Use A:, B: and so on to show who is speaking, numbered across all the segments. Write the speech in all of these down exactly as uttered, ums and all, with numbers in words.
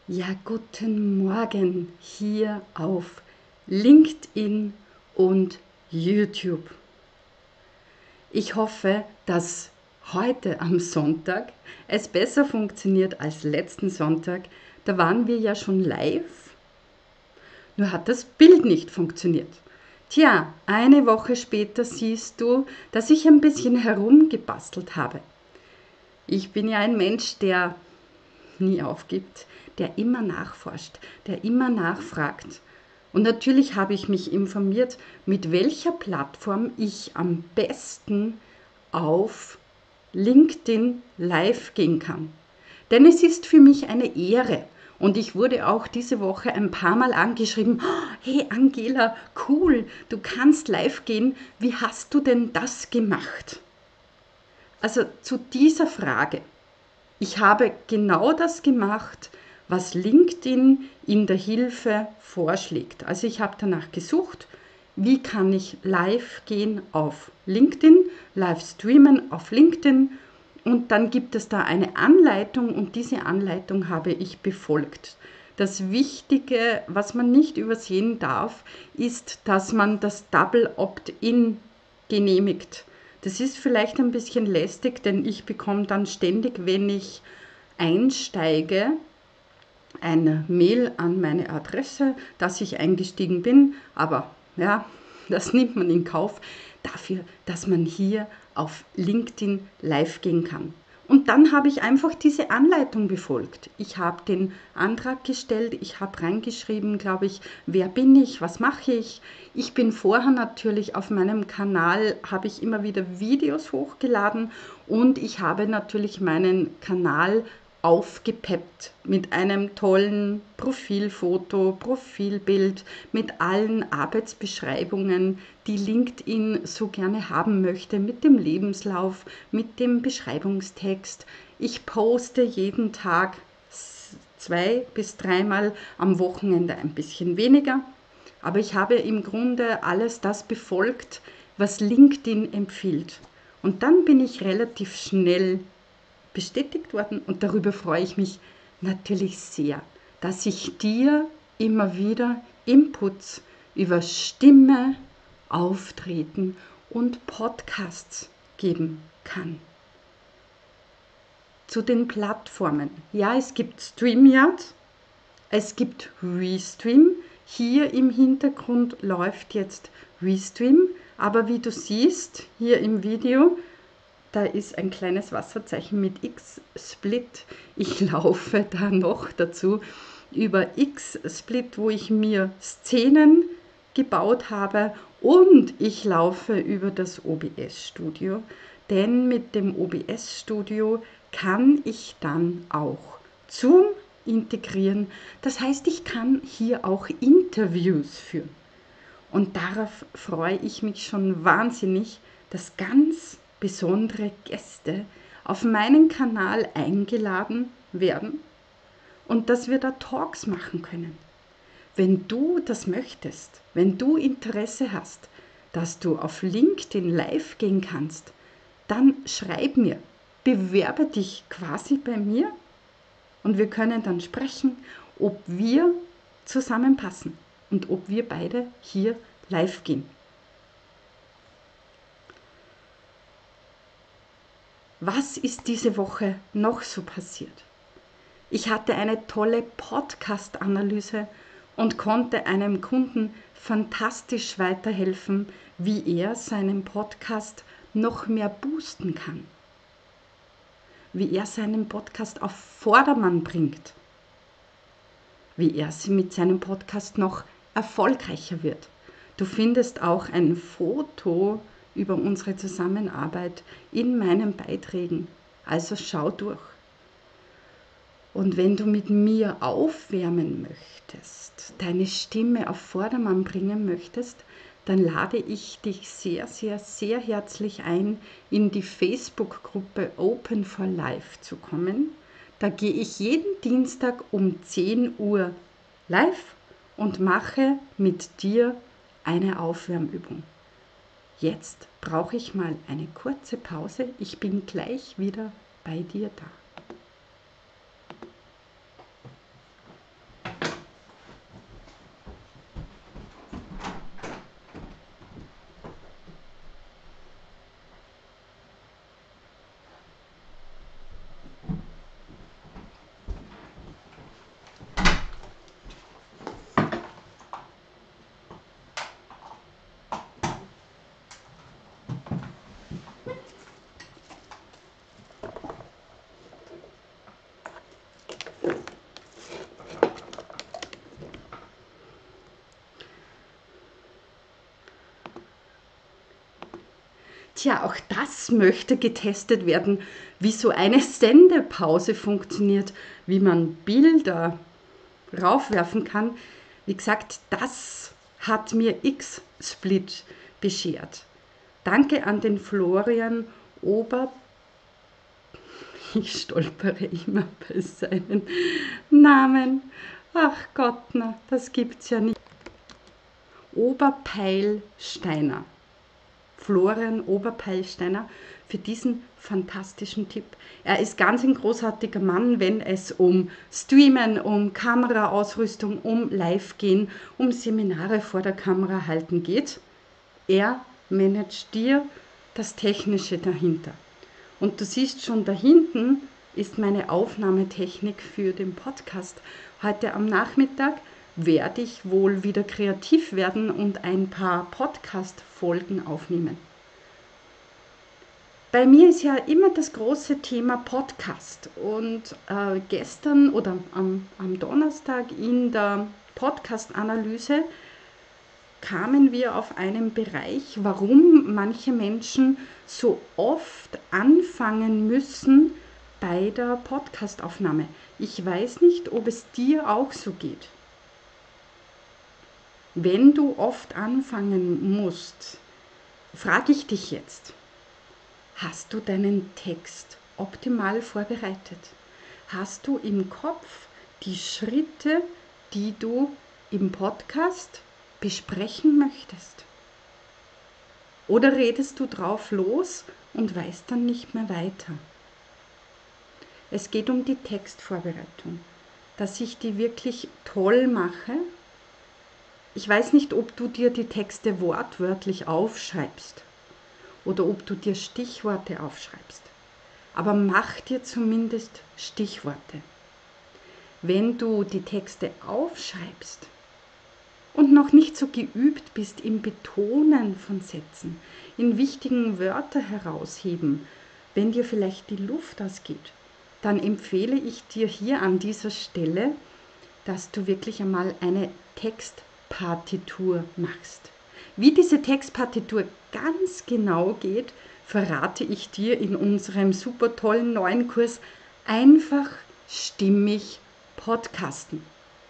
A: Ja, guten Morgen hier auf LinkedIn und YouTube. Ich hoffe, dass heute am Sonntag es besser funktioniert als letzten Sonntag. Da waren wir ja schon live, nur hat das Bild nicht funktioniert. Tja, eine Woche später siehst du, dass ich ein bisschen herumgebastelt habe. Ich bin ja ein Mensch, der nie aufgibt, der immer nachforscht, der immer nachfragt. Und natürlich habe ich mich informiert, mit welcher Plattform ich am besten auf LinkedIn live gehen kann. Denn es ist für mich eine Ehre. Und ich wurde auch diese Woche ein paar Mal angeschrieben, hey Angela, cool, du kannst live gehen, wie hast du denn das gemacht? Also zu dieser Frage. Ich habe genau das gemacht, was LinkedIn in der Hilfe vorschlägt. Also ich habe danach gesucht, wie kann ich live gehen auf LinkedIn, live streamen auf LinkedIn, und dann gibt es da eine Anleitung und diese Anleitung habe ich befolgt. Das Wichtige, was man nicht übersehen darf, ist, dass man das Double Opt-in genehmigt. Das ist vielleicht ein bisschen lästig, denn ich bekomme dann ständig, wenn ich einsteige, eine Mail an meine Adresse, dass ich eingestiegen bin, aber ja, das nimmt man in Kauf dafür, dass man hier auf LinkedIn live gehen kann. Und dann habe ich einfach diese Anleitung befolgt. Ich habe den Antrag gestellt, ich habe reingeschrieben, glaube ich, wer bin ich, was mache ich. Ich bin vorher natürlich auf meinem Kanal, habe ich immer wieder Videos hochgeladen und ich habe natürlich meinen Kanal aufgepeppt mit einem tollen Profilfoto, Profilbild, mit allen Arbeitsbeschreibungen, die LinkedIn so gerne haben möchte, mit dem Lebenslauf, mit dem Beschreibungstext. Ich poste jeden Tag zwei bis dreimal, am Wochenende ein bisschen weniger. Aber ich habe im Grunde alles das befolgt, was LinkedIn empfiehlt. Und dann bin ich relativ schnell bestätigt worden und darüber freue ich mich natürlich sehr, dass ich dir immer wieder Inputs über Stimme, Auftreten und Podcasts geben kann. Zu den Plattformen. Ja, es gibt StreamYard, es gibt Restream. Hier im Hintergrund läuft jetzt Restream, aber wie du siehst hier im Video, da ist ein kleines Wasserzeichen mit X-Split. Ich laufe da noch dazu über X-Split, wo ich mir Szenen gebaut habe, und ich laufe über das O B S-Studio, denn mit dem O B S-Studio kann ich dann auch Zoom integrieren. Das heißt, ich kann hier auch Interviews führen. Und darauf freue ich mich schon wahnsinnig, dass ganz besondere Gäste auf meinen Kanal eingeladen werden und dass wir da Talks machen können. Wenn du das möchtest, wenn du Interesse hast, dass du auf LinkedIn live gehen kannst, dann schreib mir, bewerbe dich quasi bei mir und wir können dann sprechen, ob wir zusammenpassen und ob wir beide hier live gehen. Was ist diese Woche noch so passiert? Ich hatte eine tolle Podcast-Analyse und konnte einem Kunden fantastisch weiterhelfen, wie er seinen Podcast noch mehr boosten kann, wie er seinen Podcast auf Vordermann bringt, wie er mit seinem Podcast noch erfolgreicher wird. Du findest auch ein Foto über unsere Zusammenarbeit in meinen Beiträgen, also schau durch. Und wenn du mit mir aufwärmen möchtest, deine Stimme auf Vordermann bringen möchtest, dann lade ich dich sehr, sehr, sehr herzlich ein, in die Facebook-Gruppe Open for Life zu kommen. Da gehe ich jeden Dienstag um zehn Uhr live und mache mit dir eine Aufwärmübung. Jetzt brauche ich mal eine kurze Pause. Ich bin gleich wieder bei dir da. Tja, auch das möchte getestet werden, wie so eine Sendepause funktioniert, wie man Bilder raufwerfen kann. Wie gesagt, das hat mir X-Split beschert. Danke an den Florian Ober... Ich stolpere immer bei seinen Namen. Ach Gott, na, das gibt's ja nicht. Oberpeilsteiner. Florian Oberpeilsteiner für diesen fantastischen Tipp. Er ist ganz ein großartiger Mann, wenn es um Streamen, um Kameraausrüstung, um Live-Gehen, um Seminare vor der Kamera halten geht. Er managt dir das Technische dahinter. Und du siehst schon, da hinten ist meine Aufnahmetechnik für den Podcast. Heute am Nachmittag werde ich wohl wieder kreativ werden und ein paar Podcast-Folgen aufnehmen. Bei mir ist ja immer das große Thema Podcast und äh, gestern oder am, am Donnerstag in der Podcast-Analyse kamen wir auf einen Bereich, warum manche Menschen so oft anfangen müssen bei der Podcastaufnahme. Ich weiß nicht, ob es dir auch so geht. Wenn du oft anfangen musst, frage ich dich jetzt, hast du deinen Text optimal vorbereitet? Hast du im Kopf die Schritte, die du im Podcast besprechen möchtest? Oder redest du drauf los und weißt dann nicht mehr weiter? Es geht um die Textvorbereitung, dass ich die wirklich toll mache. Ich weiß nicht, ob du dir die Texte wortwörtlich aufschreibst oder ob du dir Stichworte aufschreibst. Aber mach dir zumindest Stichworte. Wenn du die Texte aufschreibst und noch nicht so geübt bist im Betonen von Sätzen, in wichtigen Wörter herausheben, wenn dir vielleicht die Luft ausgeht, dann empfehle ich dir hier an dieser Stelle, dass du wirklich einmal eine Textpartitur machst. Wie diese Textpartitur ganz genau geht, verrate ich dir in unserem super tollen neuen Kurs Einfach stimmig podcasten.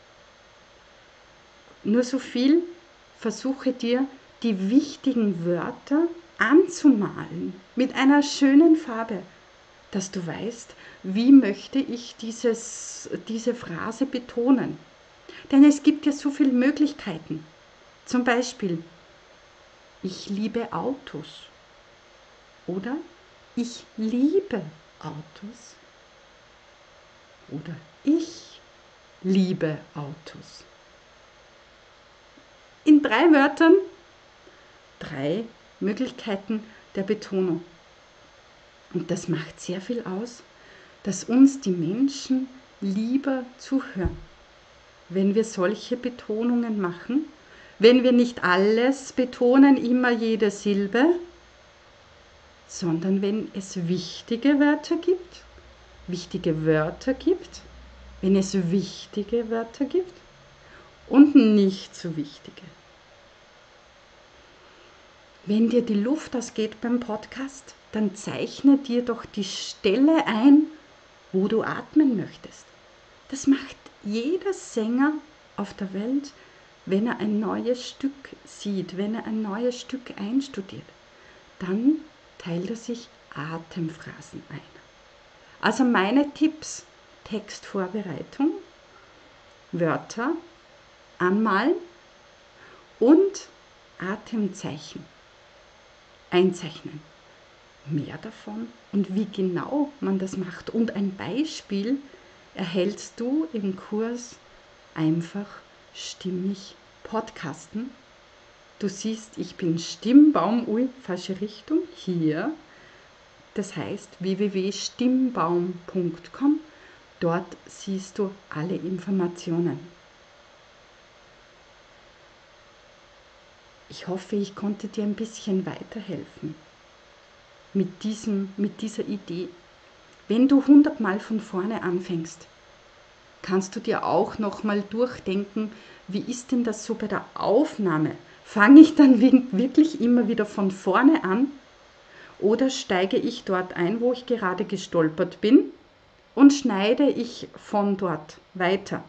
A: Nur so viel, versuche dir die wichtigen Wörter anzumalen mit einer schönen Farbe, dass du weißt, wie möchte ich dieses, diese Phrase betonen. Denn es gibt ja so viele Möglichkeiten. Zum Beispiel, ich liebe Autos oder ich liebe Autos oder ich liebe Autos. In drei Wörtern drei Möglichkeiten der Betonung. Und das macht sehr viel aus, dass uns die Menschen lieber zuhören, wenn wir solche Betonungen machen, wenn wir nicht alles betonen, immer jede Silbe, sondern wenn es wichtige Wörter gibt, wichtige Wörter gibt, wenn es wichtige Wörter gibt und nicht so wichtige. Wenn dir die Luft ausgeht beim Podcast, dann zeichne dir doch die Stelle ein, wo du atmen möchtest. Das macht jeder Sänger auf der Welt, wenn er ein neues Stück sieht, wenn er ein neues Stück einstudiert. Dann teilt er sich Atemphrasen ein. Also meine Tipps: Textvorbereitung, Wörter anmalen und Atemzeichen einzeichnen. Mehr davon und wie genau man das macht und ein Beispiel erhältst du im Kurs Einfach stimmig podcasten. Du siehst, ich bin Stimmbaum, ui, falsche Richtung, hier. Das heißt w w w punkt stimmbaum punkt com. Dort siehst du alle Informationen. Ich hoffe, ich konnte dir ein bisschen weiterhelfen mit, diesem, mit dieser Idee. Wenn du hundertmal von vorne anfängst, kannst du dir auch nochmal durchdenken, wie ist denn das so bei der Aufnahme? Fange ich dann wirklich immer wieder von vorne an oder steige ich dort ein, wo ich gerade gestolpert bin und schneide ich von dort weiter.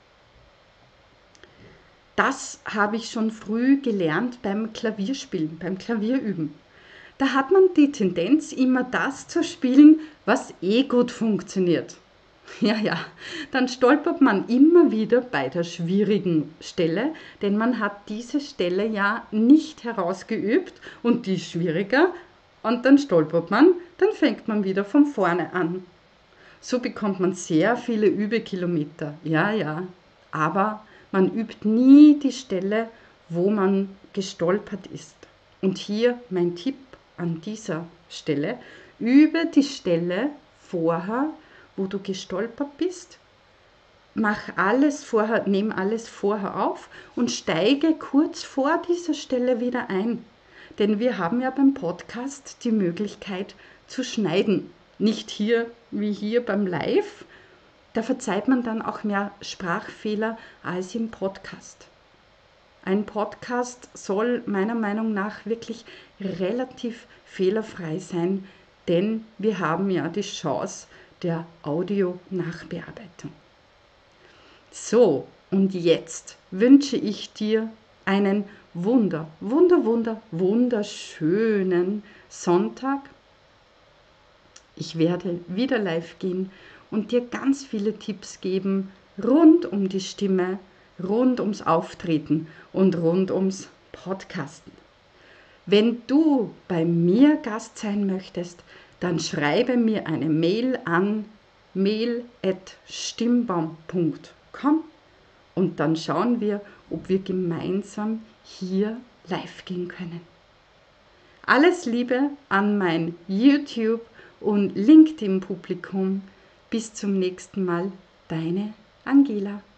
A: Das habe ich schon früh gelernt beim Klavierspielen, beim Klavierüben. Da hat man die Tendenz, immer das zu spielen, was eh gut funktioniert. Ja, ja, dann stolpert man immer wieder bei der schwierigen Stelle, denn man hat diese Stelle ja nicht herausgeübt und die ist schwieriger und dann stolpert man, dann fängt man wieder von vorne an. So bekommt man sehr viele Übekilometer, ja, ja, aber man übt nie die Stelle, wo man gestolpert ist. Und hier mein Tipp an dieser Stelle, übe die Stelle vorher, wo du gestolpert bist. Mach alles vorher, nimm alles vorher auf und steige kurz vor dieser Stelle wieder ein. Denn wir haben ja beim Podcast die Möglichkeit zu schneiden. Nicht hier wie hier beim Live. Da verzeiht man dann auch mehr Sprachfehler als im Podcast. Ein Podcast soll meiner Meinung nach wirklich relativ fehlerfrei sein, denn wir haben ja die Chance der Audio-Nachbearbeitung. So, und jetzt wünsche ich dir einen wunder, wunder, wunder, wunderschönen Sonntag. Ich werde wieder live gehen und dir ganz viele Tipps geben rund um die Stimme, rund ums Auftreten und rund ums Podcasten. Wenn du bei mir Gast sein möchtest, dann schreibe mir eine Mail an mail at stimmbaum punkt com und dann schauen wir, ob wir gemeinsam hier live gehen können. Alles Liebe an mein YouTube- und LinkedIn-Publikum. Bis zum nächsten Mal, deine Angela.